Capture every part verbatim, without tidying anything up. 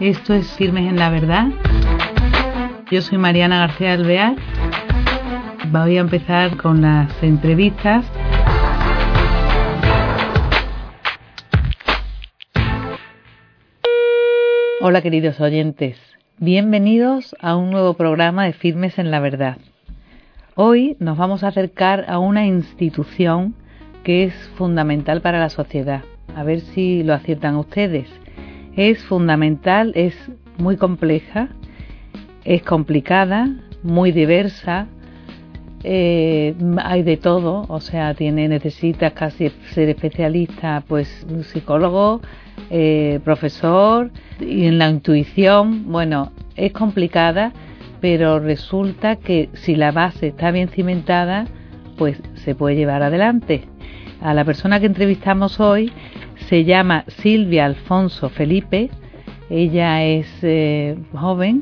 Esto es Firmes en la Verdad. Yo soy Mariana García Alvear. Voy a empezar con las entrevistas. Hola queridos oyentes, bienvenidos a un nuevo programa de Firmes en la Verdad. Hoy nos vamos a acercar a una institución que es fundamental para la sociedad. A ver si lo aciertan ustedes. Es fundamental, es muy compleja, es complicada, muy diversa, eh, hay de todo, o sea, tiene necesitas casi ser especialista, pues un psicólogo, eh, profesor, y en la intuición, bueno, es complicada, pero resulta que si la base está bien cimentada, pues se puede llevar adelante. A la persona que entrevistamos hoy se llama Silvia Alfonso Felipe. Ella es eh, joven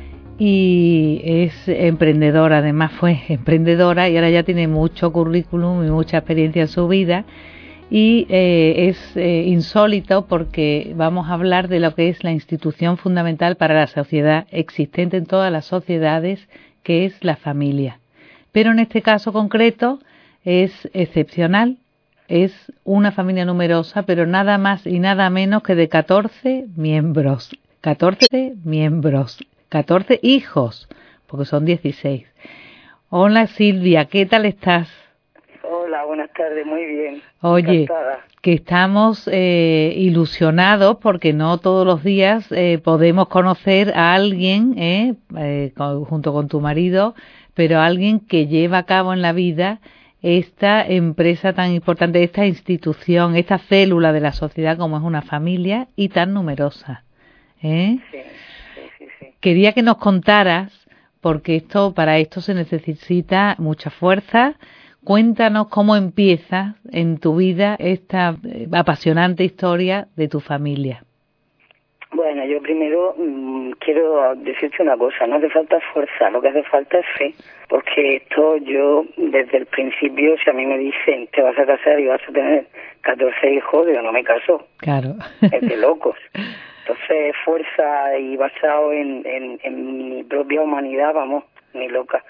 y es emprendedora, además fue emprendedora y ahora ya tiene mucho currículum y mucha experiencia en su vida. Y eh, es eh, insólito porque vamos a hablar de lo que es la institución fundamental para la sociedad, existente en todas las sociedades, que es la familia. Pero en este caso concreto es excepcional, es una familia numerosa, pero nada más y nada menos que de catorce miembros, catorce miembros, catorce hijos, porque son dieciséis. Hola Silvia, ¿qué tal estás? Hola, buenas tardes, muy bien. Oye, encantada. Que estamos eh, ilusionados porque no todos los días eh, podemos conocer a alguien, eh, eh, con, junto con tu marido, pero alguien que lleva a cabo en la vida esta empresa tan importante, esta institución, esta célula de la sociedad como es una familia y tan numerosa. ¿eh? Sí, sí, sí, sí. Quería que nos contaras, porque esto para esto se necesita mucha fuerza. Cuéntanos cómo empieza en tu vida esta apasionante historia de tu familia. Bueno, yo primero mmm, quiero decirte una cosa, no hace falta fuerza, lo que hace falta es fe, porque esto yo desde el principio, si a mí me dicen te vas a casar y vas a tener catorce hijos, yo no me caso. Claro. Es de locos. Entonces, fuerza y basado en, en, en mi propia humanidad, vamos, ni loca.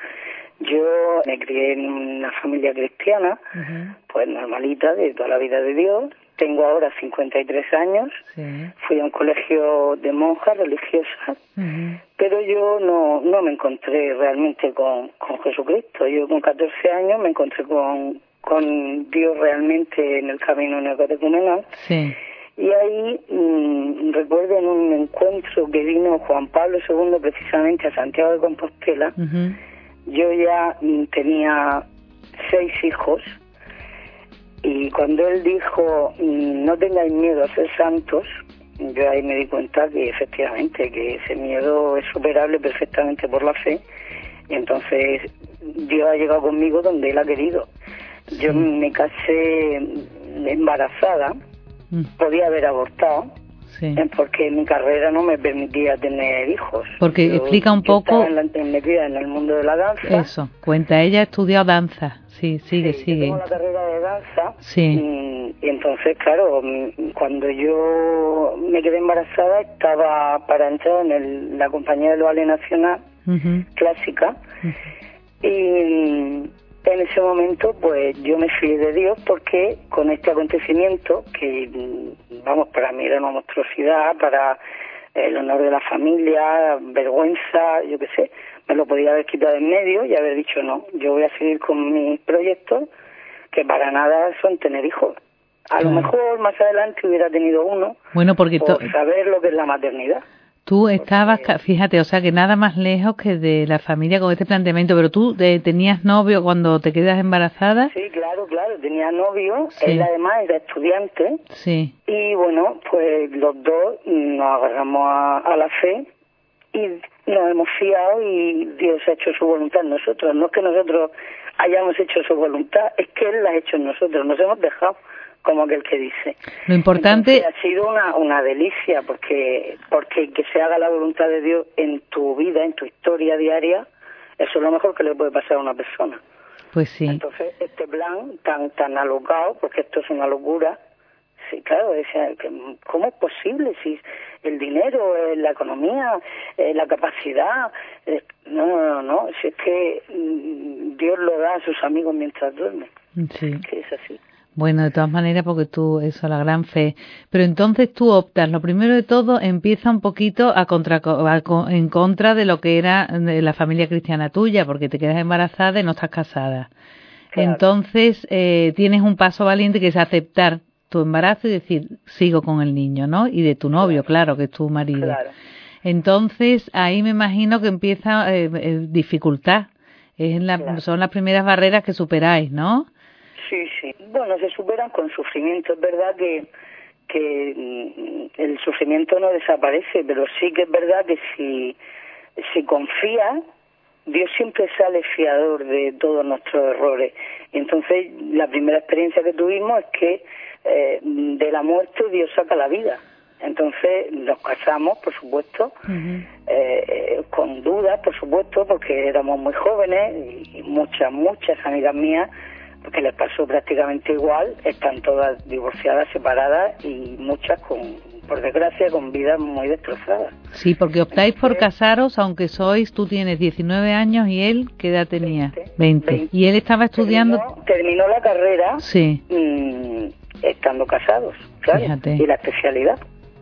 Yo me crié en una familia cristiana, uh-huh. pues normalita, de toda la vida de Dios. Tengo ahora cincuenta y tres años. Sí. Fui a un colegio de monjas religiosas, uh-huh. pero yo no no me encontré realmente con, con Jesucristo. Yo con catorce años me encontré con, con Dios realmente en el camino neocatecumenal. Sí. Y ahí mmm, recuerdo en un encuentro que vino Juan Pablo segundo precisamente a Santiago de Compostela. Uh-huh. Yo ya tenía seis hijos y cuando él dijo no tengáis miedo a ser santos, yo ahí me di cuenta que efectivamente que ese miedo es superable perfectamente por la fe, y entonces Dios ha llegado conmigo donde él ha querido. Yo me casé embarazada, podía haber abortado. Sí. Porque mi carrera no me permitía tener hijos. Porque yo, explica un poco... Estaba en, metida en el mundo de la danza. Eso, cuenta, ella ha estudiado danza. Sí, sigue, sí, sigue. Yo tengo la carrera de danza. Sí. Y, y entonces, claro, cuando yo me quedé embarazada, estaba para entrar en el, la compañía del ballet nacional, uh-huh. clásica. Uh-huh. Y... en ese momento, pues yo me fui de Dios porque con este acontecimiento, que vamos, para mí era una monstruosidad, para el honor de la familia, vergüenza, yo qué sé, me lo podía haber quitado en medio y haber dicho no, yo voy a seguir con mis proyectos, que para nada son tener hijos. A claro. lo mejor más adelante hubiera tenido uno, bueno, porque por to- saber lo que es la maternidad. Tú estabas, fíjate, o sea que nada más lejos que de la familia con este planteamiento, pero tú de, tenías novio cuando te quedas embarazada. Sí, claro, claro, tenía novio, sí. Él además era estudiante. Sí. Y bueno, pues los dos nos agarramos a, a la fe y nos hemos fiado y Dios ha hecho su voluntad en nosotros. No es que nosotros hayamos hecho su voluntad, es que Él la ha hecho en nosotros, nos hemos dejado. Como aquel que dice. Lo importante Entonces, ha sido una una delicia porque porque que se haga la voluntad de Dios en tu vida, en tu historia diaria, eso es lo mejor que le puede pasar a una persona. Pues sí. Entonces, este plan tan tan alocado, porque esto es una locura, sí, claro, decía, ¿cómo es posible si el dinero, eh, la economía, eh, la capacidad? Eh, no, no, no, no, si es que mm, Dios lo da a sus amigos mientras duermen. Sí. Es que es así. Bueno, de todas maneras, porque tú, eso, la gran fe. Pero entonces tú optas, lo primero de todo, empieza un poquito a contra, a, en contra de lo que era de la familia cristiana tuya, porque te quedas embarazada y no estás casada. Claro. Entonces, eh, tienes un paso valiente que es aceptar tu embarazo y decir, sigo con el niño, ¿no? Y de tu novio, claro, claro que es tu marido. Claro. Entonces, ahí me imagino que empieza eh, eh, dificultad. Es la, claro. Son las primeras barreras que superáis, ¿no? Sí, sí. Bueno, se superan con sufrimiento. Es verdad que, que el sufrimiento no desaparece, pero sí que es verdad que si, si confías, Dios siempre sale fiador de todos nuestros errores. Y entonces la primera experiencia que tuvimos es que eh, de la muerte Dios saca la vida. Entonces nos casamos, por supuesto, uh-huh. eh, con dudas, por supuesto, porque éramos muy jóvenes y muchas, muchas amigas mías, porque les pasó prácticamente igual, están todas divorciadas, separadas y muchas con, por desgracia, con vidas muy destrozadas. Sí, porque optáis Entonces, por casaros, aunque sois, tú tienes diecinueve años y él, ¿qué edad tenía? veinte. veinte. Y él estaba estudiando... Terminó, terminó la carrera sí. mmm, estando casados, claro, fíjate. Y la especialidad.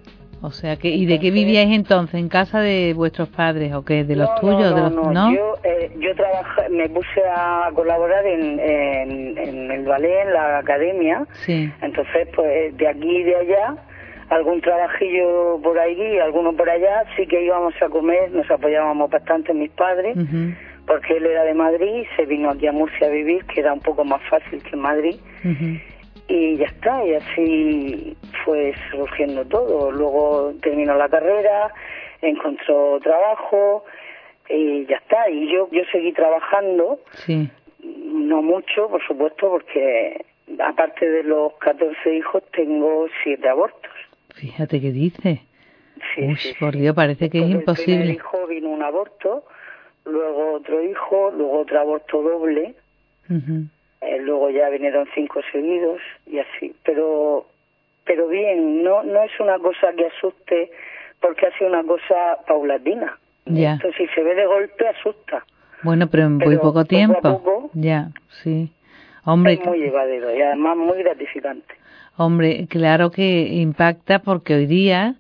O sea, que ¿y de qué vivíais entonces? ¿En casa de vuestros padres o qué? ¿De los no, tuyos? No, de los, no, ¿no? Yo, eh, yo trabajé, me puse a colaborar en, en, en el ballet, en la academia. Sí. Entonces, pues, de aquí y de allá, algún trabajillo por ahí, alguno por allá, sí que íbamos a comer, nos apoyábamos bastante mis padres, uh-huh. porque él era de Madrid, se vino aquí a Murcia a vivir, que era un poco más fácil que en Madrid. Uh-huh. Y ya está, y así fue surgiendo todo. Luego terminó la carrera, encontró trabajo y ya está. Y yo yo seguí trabajando, sí. no mucho, por supuesto, porque aparte de los catorce hijos tengo siete abortos. Fíjate qué dice. Sí, Uy, sí, por sí. Dios, parece Después que es imposible. El primer hijo vino un aborto, luego otro hijo, luego otro aborto doble. Uh-huh. Eh, luego ya vinieron cinco seguidos y así, pero pero bien, no no es una cosa que asuste porque ha sido una cosa paulatina. Ya. Esto si se ve de golpe asusta. Bueno, pero en muy pero poco tiempo. Poco a poco ya, sí. Hombre, es muy llevadero y además muy gratificante. Hombre, claro que impacta porque hoy día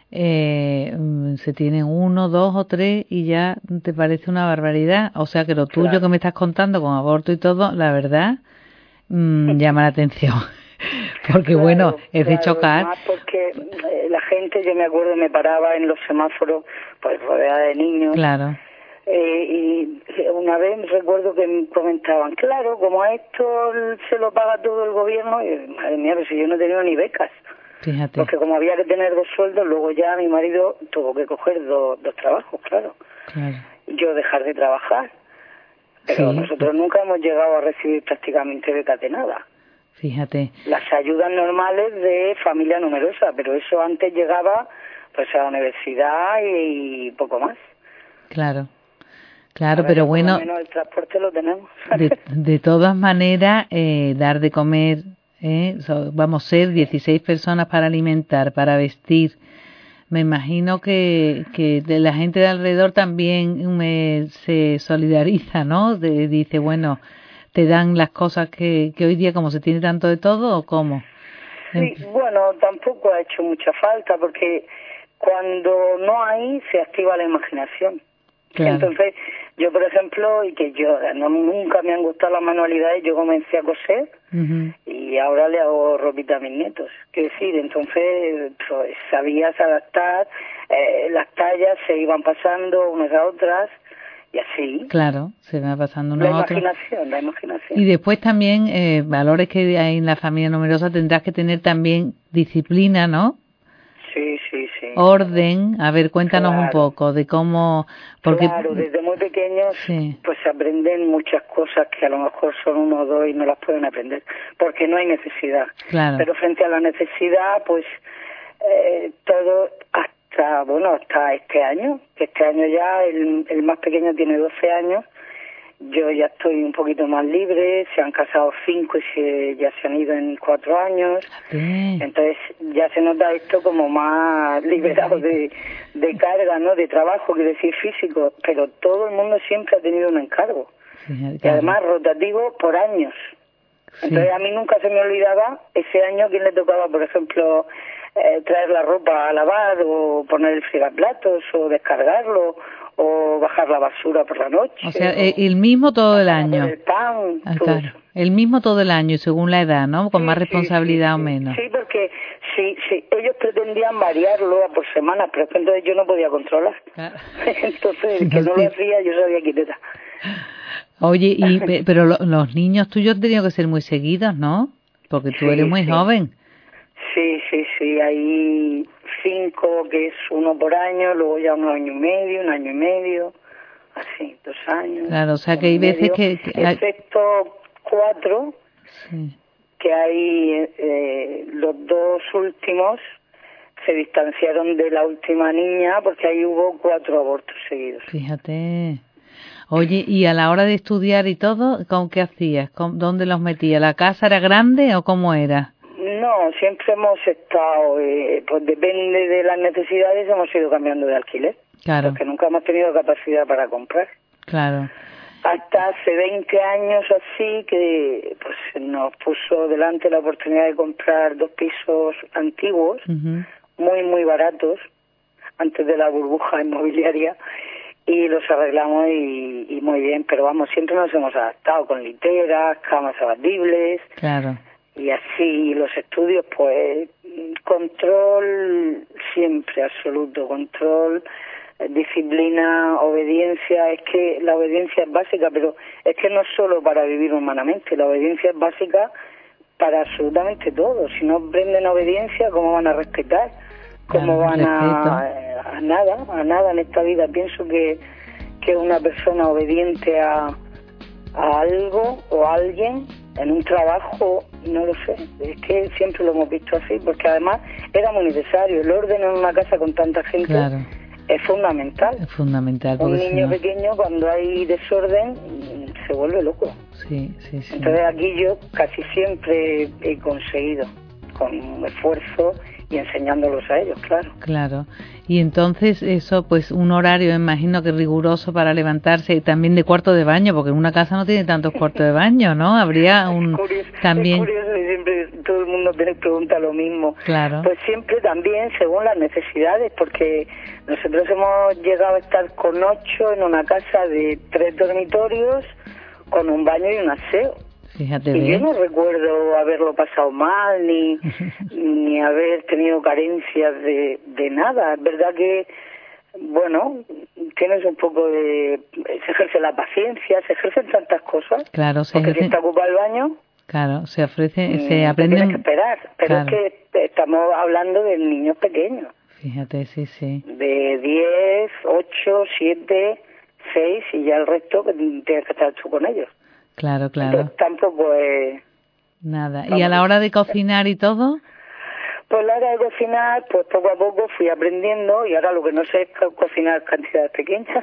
eh, se tienen uno, dos o tres y ya te parece una barbaridad. O sea que lo tuyo claro. que me estás contando con aborto y todo, la verdad, mmm, llama la atención. Porque claro, bueno, es claro, de chocar. Más porque eh, la gente, yo me acuerdo, me paraba en los semáforos, pues rodeada de niños. Claro. Eh, y una vez recuerdo que me comentaban, claro, como a esto se lo paga todo el gobierno, y madre mía, pero si yo no he tenido ni becas. Fíjate. Porque como había que tener dos sueldos, luego ya mi marido tuvo que coger dos, dos trabajos, claro. Claro. Y yo dejar de trabajar. Pero sí. Nosotros nunca hemos llegado a recibir prácticamente becas de nada. Fíjate. Las ayudas normales de familia numerosa, pero eso antes llegaba pues a la universidad y, y poco más. Claro. Claro, Ahora pero por bueno, lo menos el transporte lo tenemos. de, de todas maneras, eh, dar de comer, eh, so, vamos a ser dieciséis personas para alimentar, para vestir. Me imagino que, que de la gente de alrededor también me, se solidariza, ¿no? De, dice, bueno, ¿te dan las cosas que, que hoy día como se tiene tanto de todo o cómo? Sí, bueno, tampoco ha hecho mucha falta porque cuando no hay se activa la imaginación. Claro. Entonces, yo, por ejemplo, y que yo no, nunca me han gustado las manualidades, yo comencé a coser uh-huh. y ahora le hago ropita a mis nietos. Quiero decir, entonces pues, sabías adaptar, eh, las tallas se iban pasando unas a otras y así. Claro, se va pasando unas a otras. La imaginación, la imaginación. Y después también, eh, valores que hay en la familia numerosa, tendrás que tener también disciplina, ¿no? Sí, sí, sí. Orden, a ver, cuéntanos claro. un poco de cómo... Porque... Claro, desde muy pequeños sí. pues se aprenden muchas cosas que a lo mejor son uno o dos y no las pueden aprender, porque no hay necesidad. Claro. Pero frente a la necesidad, pues eh, todo hasta, bueno, hasta este año, que este año ya el, el más pequeño tiene doce años Yo ya estoy un poquito más libre, se han casado cinco y se, ya se han ido en cuatro años. Sí. Entonces ya se nota esto como más liberado de, de carga, ¿no? De trabajo, quiero decir físico, pero todo el mundo siempre ha tenido un encargo. Sí, claro. Y además rotativo por años. Sí. Entonces a mí nunca se me olvidaba ese año quién le tocaba, por ejemplo, eh, traer la ropa a lavar o poner el fregaplatos o descargarlo o bajar la basura por la noche. O sea, o el mismo todo el año. El pan, ah, todo claro. eso. El mismo todo el año y según la edad, ¿no? Con sí, más responsabilidad sí, sí, o sí. menos. Sí, porque sí, sí, ellos pretendían variarlo por semana, pero es que entonces yo no podía controlar. Claro. Entonces, el que no, no lo hacía, yo sabía quién era. Oye, y pero lo, los niños tuyos han tenido que ser muy seguidos, ¿no? Porque tú sí, eres muy sí. joven. Sí, sí, sí, hay cinco que es uno por año, luego ya un año y medio, un año y medio, así, dos años. Claro, o sea que hay veces que... que hay... Excepto cuatro, sí. que hay, eh, los dos últimos se distanciaron de la última niña porque ahí hubo cuatro abortos seguidos. Fíjate... Oye, ¿y a la hora de estudiar y todo, con qué hacías? ¿Con, ¿Dónde los metías? ¿La casa era grande o cómo era? No, siempre hemos estado, eh, pues depende de las necesidades, hemos ido cambiando de alquiler. Claro. Porque nunca hemos tenido capacidad para comprar. Claro. Hasta hace veinte años así que pues nos puso delante la oportunidad de comprar dos pisos antiguos, uh-huh. muy, muy baratos, antes de la burbuja inmobiliaria. Y los arreglamos y, y muy bien, pero vamos, siempre nos hemos adaptado con literas, camas abatibles. Claro. Y así, los estudios, pues, control siempre absoluto, control, disciplina, obediencia. Es que la obediencia es básica, pero es que no es solo para vivir humanamente, la obediencia es básica para absolutamente todo. Si no aprenden obediencia, ¿cómo van a respetar? ¿Cómo claro, van a, a nada, a nada en esta vida? Pienso que, que una persona obediente a, a algo o a alguien en un trabajo, no lo sé, es que siempre lo hemos visto así, porque además era muy necesario. El orden en una casa con tanta gente claro. es fundamental. Es fundamental. Un niño no... pequeño cuando hay desorden se vuelve loco. Sí, sí, sí. Entonces aquí yo casi siempre he conseguido, con esfuerzo y enseñándolos a ellos, claro. Claro. Y entonces eso, pues un horario, imagino que riguroso para levantarse y también de cuarto de baño, porque en una casa no tiene tantos cuartos de baño, ¿no? Habría un es curioso, también. Es curioso y siempre todo el mundo me pregunta lo mismo. Claro. Pues siempre también según las necesidades, porque nosotros hemos llegado a estar con ocho en una casa de tres dormitorios con un baño y un aseo. Fíjate y bien. Yo no recuerdo haberlo pasado mal ni ni haber tenido carencias de, de nada. Es verdad que, bueno, tienes un poco de... Se ejerce la paciencia, se ejercen tantas cosas. Claro, se porque ejerce... si te ocupa el baño... Claro, se ofrece, se aprende... Tienes que esperar, pero claro. es que estamos hablando de niños pequeños. Fíjate, sí, sí. De diez, ocho, siete, seis y ya el resto que tienes que estar tú con ellos. Claro, claro. Entonces, tampoco es... Nada. ¿Y a la hora de cocinar y todo? Pues a la hora de cocinar, pues poco a poco fui aprendiendo y ahora lo que no sé es cocinar cantidades pequeñas.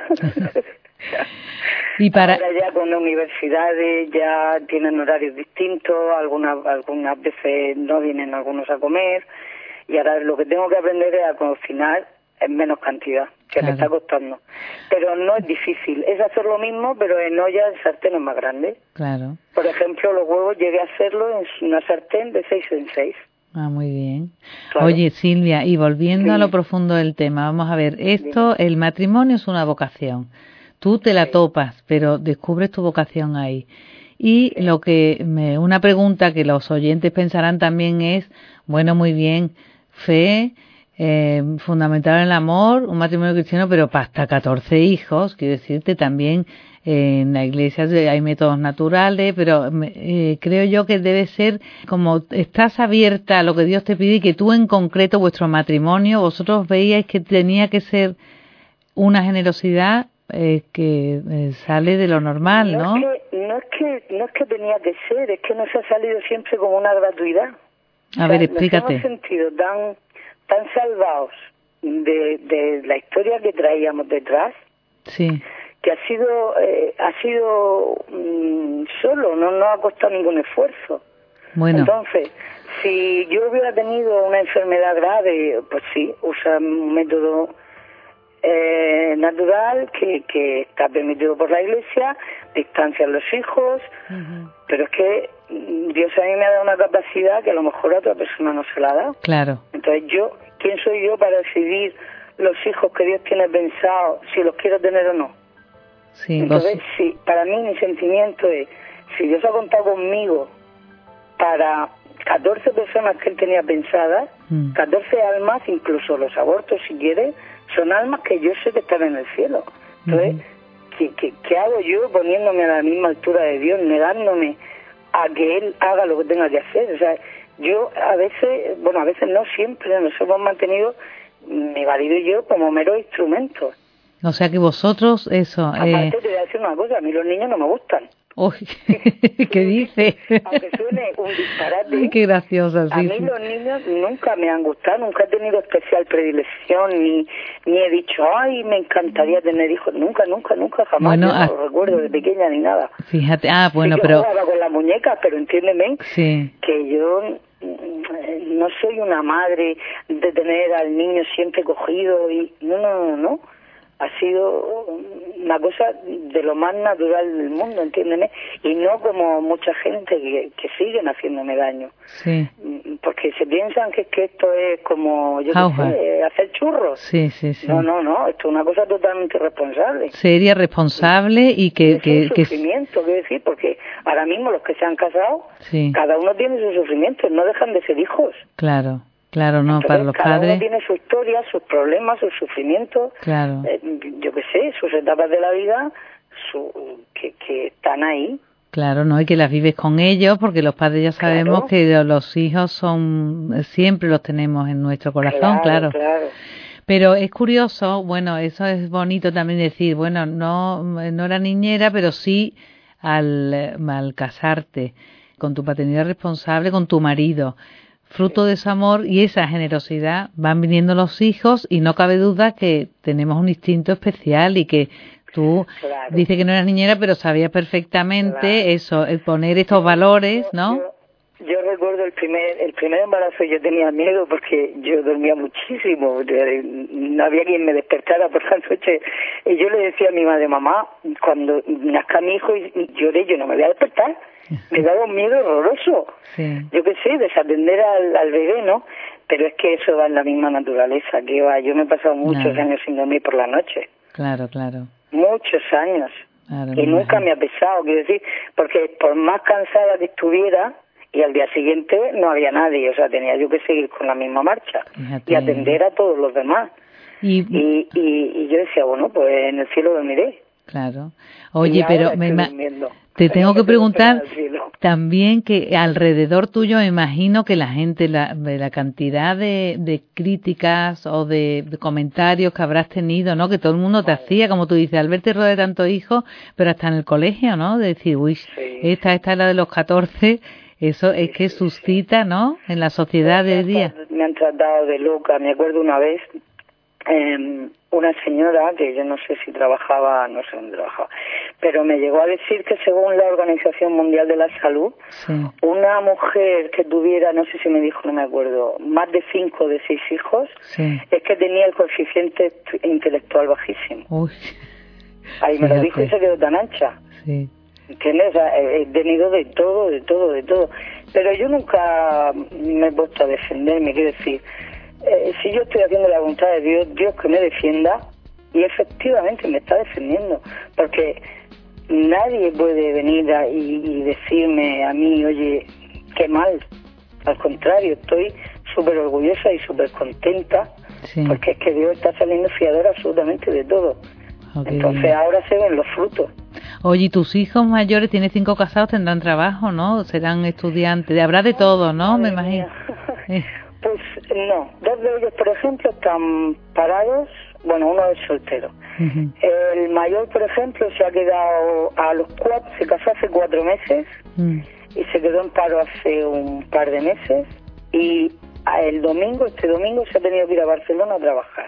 y para... Ahora ya con las universidades ya tienen horarios distintos, algunas algunas veces no vienen algunos a comer y ahora lo que tengo que aprender es a cocinar en menos cantidad, que claro. me está costando. Pero no es difícil, es hacer lo mismo, pero en ollas, en sartenes más grandes. Claro. Por ejemplo, los huevos llegué a hacerlo en una sartén de seis en seis. Ah, muy bien. Claro. Oye, Silvia, y volviendo sí. a lo profundo del tema, vamos a ver, esto, sí. el matrimonio es una vocación. Tú te la sí. topas, pero descubres tu vocación ahí. Y sí. lo que me, una pregunta que los oyentes pensarán también es, bueno, muy bien, fe... Eh, fundamental en el amor, un matrimonio cristiano, pero hasta catorce hijos, quiero decirte, también eh, en la iglesia hay métodos naturales, pero eh, creo yo que debe ser como estás abierta a lo que Dios te pide y que tú en concreto, vuestro matrimonio, vosotros veíais que tenía que ser una generosidad eh, que eh, sale de lo normal, ¿no? No es que, no es que, no es que tenía que ser, es que nos ha salido siempre como una gratuidad. A o ver, sea, explícate. Nos hemos sentido tan tan salvados de, de la historia que traíamos detrás, sí. que ha sido eh, ha sido mmm, solo, no, no ha costado ningún esfuerzo. Bueno. Entonces, si yo hubiera tenido una enfermedad grave, pues sí, usa un método eh, natural que, que está permitido por la Iglesia, distanciar los hijos, uh-huh. Pero es que Dios a mí me ha dado una capacidad que a lo mejor a otra persona no se la da. Claro. Entonces yo, ¿quién soy yo para decidir los hijos que Dios tiene pensado, si los quiero tener o no? Sí, Entonces, vos... sí, para mí mi sentimiento es, si Dios ha contado conmigo para catorce personas que Él tenía pensadas, mm. catorce almas, incluso los abortos si quiere, son almas que yo sé que están en el cielo. Entonces, mm-hmm. ¿qué, qué, ¿qué hago yo poniéndome a la misma altura de Dios, negándome a que Él haga lo que tenga que hacer? O sea, yo a veces, bueno, a veces no siempre, nos hemos mantenido, mi marido y yo, como meros instrumentos. O sea que vosotros, eso... Aparte eh... te voy a decir una cosa, a mí los niños no me gustan. Uy, ¿qué dice? Aunque suene un disparate, ay, qué graciosa, sí, a mí sí. los niños nunca me han gustado, nunca he tenido especial predilección, ni ni he dicho, ay, me encantaría tener hijos, nunca, nunca, nunca, jamás, bueno, yo no a... lo recuerdo de pequeña ni nada. Fíjate, ah, bueno, sí, pero... Yo jugaba con las muñecas, pero entiéndeme sí. que yo no soy una madre de tener al niño siempre cogido y... No, no, no, no. Ha sido una cosa de lo más natural del mundo, entiéndeme, y no como mucha gente que, que siguen haciéndome daño. Sí. Porque se piensan que, que esto es como, yo qué sé, hacer churros. Sí, sí, sí. No, no, no, esto es una cosa totalmente responsable. Seria, responsable y que... Es que, un que sufrimiento, quiero decir, porque ahora mismo los que se han casado, sí. cada uno tiene sus sufrimientos, no dejan de ser hijos. Claro. Claro, no, Entonces, para los cada padres... uno tiene su historia, sus problemas, sus sufrimientos, claro. eh, yo qué sé, sus etapas de la vida, su, que, que están ahí. Claro, no, y que las vives con ellos, porque los padres ya sabemos claro. que los hijos son, siempre los tenemos en nuestro corazón, claro. claro. claro. Pero es curioso, bueno, eso es bonito también decir, bueno, no, no era niñera, pero sí al, al casarte con tu paternidad responsable, con tu marido. Fruto de ese amor y esa generosidad van viniendo los hijos y no cabe duda que tenemos un instinto especial y que tú claro. dices que no eras niñera pero sabías perfectamente claro. eso, el poner estos yo, valores, ¿no? Yo, yo recuerdo el primer el primer embarazo, yo tenía miedo porque yo dormía muchísimo, no había quien me despertara por la noche y yo le decía a mi madre, mamá, cuando nazca mi hijo y lloré, yo no me voy a despertar. Me daba un miedo horroroso, sí. Yo qué sé, desatender al, al bebé, ¿no? Pero es que eso va en la misma naturaleza, que va, yo me he pasado muchos claro. años sin dormir por la noche. Claro, claro. Muchos años. Claro, y nunca me ha pesado, quiero decir, porque por más cansada que estuviera, y al día siguiente no había nadie, o sea, tenía yo que seguir con la misma marcha. Fíjate. Y atender a todos los demás. Y, y, y, y yo decía, bueno, pues en el cielo dormiré. Claro. Oye, pero me ma- te tengo no que preguntar también que alrededor tuyo me imagino que la gente, la, de la cantidad de, de críticas o de, de comentarios que habrás tenido, ¿no? Que todo el mundo te vale. hacía, como tú dices, al verte rodeado de tantos hijos, pero hasta en el colegio, ¿no? De decir, uy, sí. esta, esta es la de los catorce, eso sí, es que sí, suscita, sí. ¿no? En la sociedad de hoy día. Me han tratado de loca, me acuerdo una vez, eh, una señora que yo no sé si trabajaba, no sé dónde trabajaba, pero me llegó a decir que según la Organización Mundial de la Salud, sí. una mujer que tuviera, no sé si me dijo, no me acuerdo, más de cinco o de seis hijos, sí. es que tenía el coeficiente intelectual bajísimo. Uy. Ahí me lo dijo y se quedó tan ancha. Sí. ¿Entiendes? O sea, he tenido de todo, de todo, de todo. Pero yo nunca me he puesto a defenderme, quiero decir, Eh, si yo estoy haciendo la voluntad de Dios, Dios que me defienda, y efectivamente me está defendiendo, porque nadie puede venir a, y, y decirme a mí, oye, qué mal. Al contrario, estoy súper orgullosa y súper contenta, sí. porque es que Dios está saliendo fiador absolutamente de todo. Okay. Entonces ahora se ven los frutos. Oye, ¿y tus hijos mayores, tienes cinco casados, tendrán trabajo, ¿no? Serán estudiantes, habrá de todo, ¿no? Me imagino. Pues no, dos de ellos, por ejemplo, están parados, bueno, uno es soltero. Uh-huh. El mayor, por ejemplo, se ha quedado a los cuatro, se casó hace cuatro meses uh-huh. y se quedó en paro hace un par de meses y el domingo, este domingo, se ha tenido que ir a Barcelona a trabajar.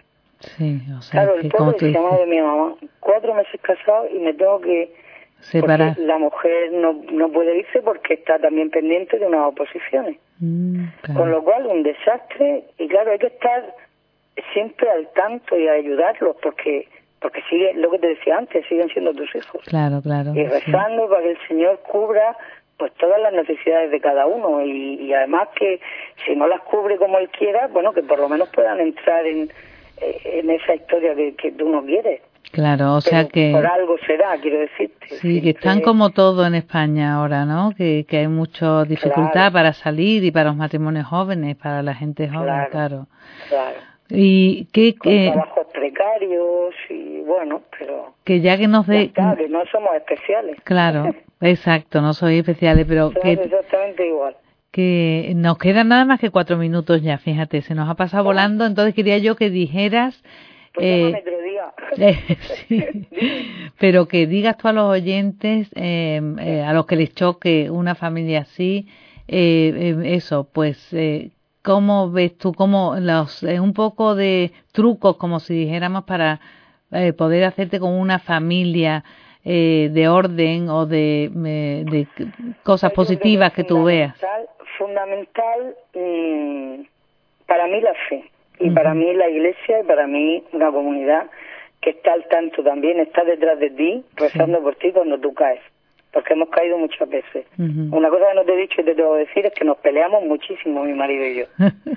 Sí, o sea, claro, el que, pobre como tú se llama dices, de mi mamá. Cuatro meses casado y me tengo que... separar. Porque la mujer no, no puede irse porque está también pendiente de unas oposiciones. Mm, claro. Con lo cual, un desastre. Y claro, hay que estar siempre al tanto y a ayudarlos porque porque sigue lo que te decía antes, siguen siendo tus hijos. Claro, claro. Y rezando sí. para que el Señor cubra pues todas las necesidades de cada uno y, y además que si no las cubre como Él quiera, bueno, que por lo menos puedan entrar en, en esa historia que, que tú no quieres. Claro, o sea Pero que... por algo será, quiero decirte. Sí, siempre... que están como todo en España ahora, ¿no? Que, que hay mucha dificultad claro. para salir y para los matrimonios jóvenes, para la gente joven, claro. Claro. claro. Y que... Con que trabajos precarios y bueno, pero... Que ya que nos dé... Ya está, que no somos especiales. Claro, exacto, no soy especiales, pero... Somos que... exactamente igual. Que nos quedan nada más que cuatro minutos ya, fíjate, se nos ha pasado oh. volando, entonces quería yo que dijeras... Pues eh, ya me día. Eh, sí. Pero que digas tú a los oyentes, eh, eh, a los que les choque una familia así, eh, eh, eso, pues, eh, ¿cómo ves tú, cómo los, eh, un poco de trucos, como si dijéramos, para eh, poder hacerte con una familia eh, de orden o de, eh, de cosas pues positivas que, que tú veas? Fundamental, mmm, para mí la fe. Y uh-huh. para mí la iglesia y para mí una comunidad que está al tanto también, está detrás de ti, rezando sí. por ti cuando tú caes. Porque hemos caído muchas veces. Uh-huh. Una cosa que no te he dicho y te tengo que decir es que nos peleamos muchísimo, mi marido y yo.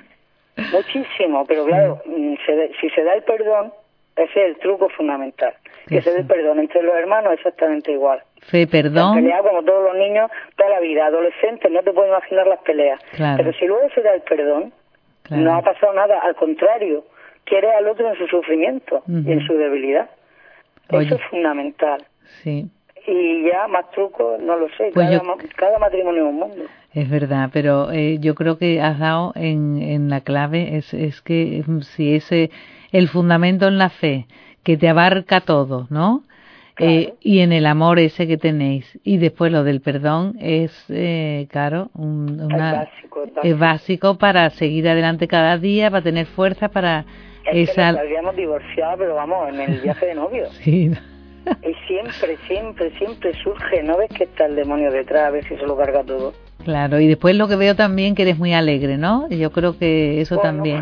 Muchísimo, pero claro, uh-huh. se, si se da el perdón, ese es el truco fundamental. Que sí. se dé el perdón entre los hermanos exactamente igual. Fe, perdón. Se han peleado como todos los niños toda la vida, adolescentes, no te puedes imaginar las peleas. Claro. Pero si luego se da el perdón, claro. no ha pasado nada, al contrario, quiere al otro en su sufrimiento uh-huh. y en su debilidad. Oye. Eso es fundamental. Sí. Y ya más trucos, no lo sé, pues cada, yo... cada matrimonio es un mundo. Es verdad, pero eh, yo creo que has dado en, en la clave, es, es que si ese el fundamento en la fe, que te abarca todo, ¿no? Claro. Eh, y en el amor ese que tenéis. Y después lo del perdón es, eh, claro, un, una, es, básico, es, básico. es básico para seguir adelante cada día, para tener fuerza, para... Es esa... que nos habíamos divorciado, pero vamos, en el viaje de novios. Sí. Y siempre, siempre, siempre surge, ¿no ves que está el demonio detrás, a ver si se lo carga todo? Claro, y después lo que veo también que eres muy alegre, ¿no? Y yo creo que eso bueno, también.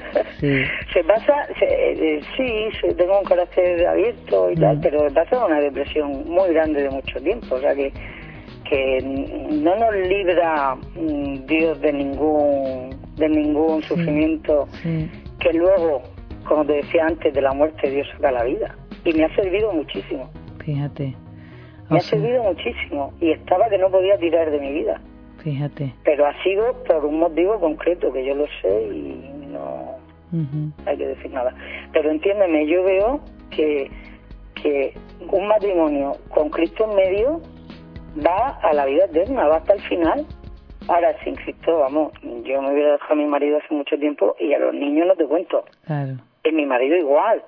Sí. Se pasa, se, eh, sí, tengo un carácter abierto y mm. tal, pero pasa una depresión muy grande de mucho tiempo, o sea que que no nos libra mm, Dios de ningún de ningún sí. sufrimiento sí. que luego, como te decía antes, de la muerte Dios saca la vida. Y me ha servido muchísimo. Fíjate. Me ha sea... servido muchísimo. Y estaba que no podía tirar de mi vida. Fíjate. Pero ha sido por un motivo concreto, que yo lo sé y no uh-huh. hay que decir nada. Pero entiéndeme, yo veo que, que un matrimonio con Cristo en medio va a la vida eterna, va hasta el final. Ahora, sin Cristo, vamos, yo me hubiera dejado a mi marido hace mucho tiempo y a los niños no te cuento. Claro. Y mi marido igual.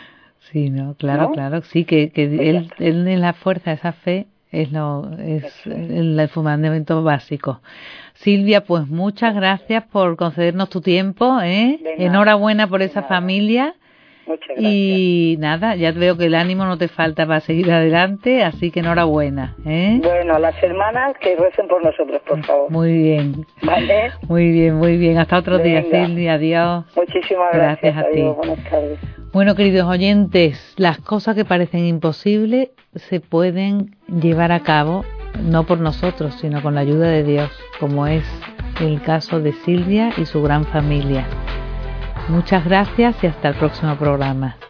Sí, no, claro, ¿no? Claro, sí, que, que él, él en la fuerza, esa fe, es lo es el, el fundamento básico. Silvia, pues muchas gracias por concedernos tu tiempo, ¿eh? Enhorabuena por esa familia. Muchas gracias. Y nada, ya veo que el ánimo no te falta para seguir adelante, así que enhorabuena, ¿eh? Bueno, las hermanas que recen por nosotros, por favor. Muy bien. ¿Vale? Muy bien, muy bien. Hasta otro Venga. día, Silvia. Adiós. Muchísimas gracias. Gracias a Adiós. ti. Buenas tardes. Bueno, queridos oyentes, las cosas que parecen imposibles se pueden llevar a cabo no por nosotros, sino con la ayuda de Dios, como es el caso de Silvia y su gran familia. Muchas gracias y hasta el próximo programa.